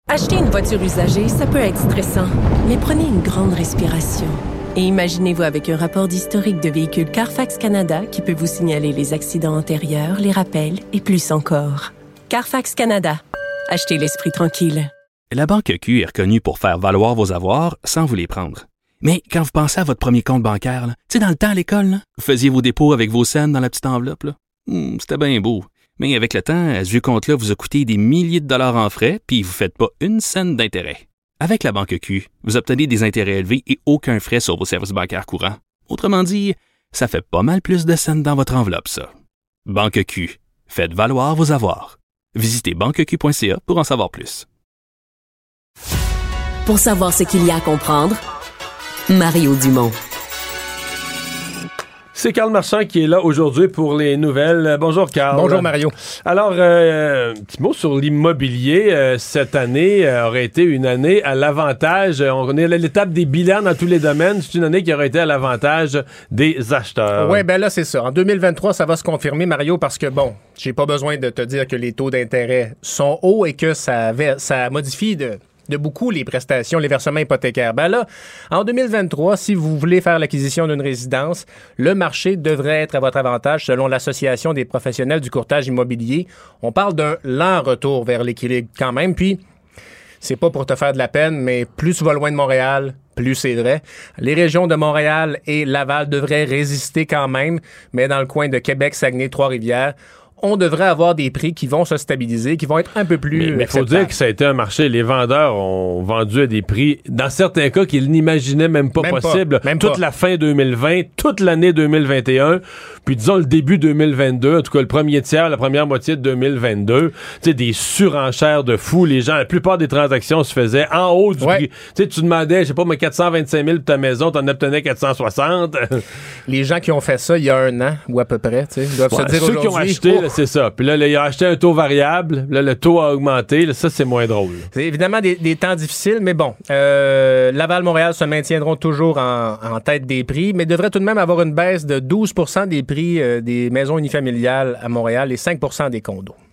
Acheter une voiture usagée, ça peut être stressant, mais prenez une grande respiration. Et imaginez-vous avec un rapport d'historique de véhicule Carfax Canada qui peut vous signaler les accidents antérieurs, les rappels et plus encore. Carfax Canada. Achetez l'esprit tranquille. La Banque Q est reconnue pour faire valoir vos avoirs sans vous les prendre. Mais quand vous pensez à votre premier compte bancaire, tu sais, dans le temps à l'école, là, vous faisiez vos dépôts avec vos scènes dans la petite enveloppe. Là. C'était bien beau. Mais avec le temps, ce vieux compte-là vous a coûté des milliers de dollars en frais, puis vous ne faites pas une scène d'intérêt. Avec la Banque Q, vous obtenez des intérêts élevés et aucun frais sur vos services bancaires courants. Autrement dit, ça fait pas mal plus de scènes dans votre enveloppe, ça. Banque Q. Faites valoir vos avoirs. Visitez banqueq.ca pour en savoir plus. Pour savoir ce qu'il y a à comprendre, Mario Dumont. C'est Carl Marchand qui est là aujourd'hui pour les nouvelles. Bonjour Carl. Bonjour Mario. Alors, un petit mot sur l'immobilier. Cette année aurait été une année à l'avantage. On est à l'étape des bilans dans tous les domaines. C'est une année qui aurait été à l'avantage des acheteurs. Oui, ben là, c'est ça. En 2023, ça va se confirmer, Mario, parce que, bon, j'ai pas besoin de te dire que les taux d'intérêt sont hauts et que ça modifie de beaucoup les prestations, les versements hypothécaires. Ben là, en 2023, si vous voulez faire l'acquisition d'une résidence, le marché devrait être à votre avantage selon l'Association des professionnels du courtage immobilier. On parle d'un lent retour vers l'équilibre quand même, puis c'est pas pour te faire de la peine, mais plus tu vas loin de Montréal, plus c'est vrai. Les régions de Montréal et Laval devraient résister quand même, mais dans le coin de Québec, Saguenay, Trois-Rivières, on devrait avoir des prix qui vont se stabiliser, qui vont être un peu plus Mais il faut dire que ça a été un marché. Les vendeurs ont vendu à des prix, dans certains cas, qu'ils n'imaginaient même pas possible. Toute la fin 2020, toute l'année 2021, puis disons le début 2022, en tout cas le premier tiers, la première moitié de 2022. Tu sais, des surenchères de fous. Les gens, la plupart des transactions se faisaient en haut du prix. Tu sais, tu demandais, je sais pas, mais 425 000 pour ta maison, t'en obtenais 460. Les gens qui ont fait ça il y a un an, ou à peu près, tu sais, doivent se dire ceux aujourd'hui... qui ont acheté, là, c'est ça. Puis là, il a acheté un taux variable. Là, le taux a augmenté. Là, ça, c'est moins drôle. C'est évidemment des temps difficiles, mais bon. Laval-Montréal se maintiendront toujours en tête des prix, mais devrait tout de même avoir une baisse de 12 des prix des maisons unifamiliales à Montréal et 5 des condos.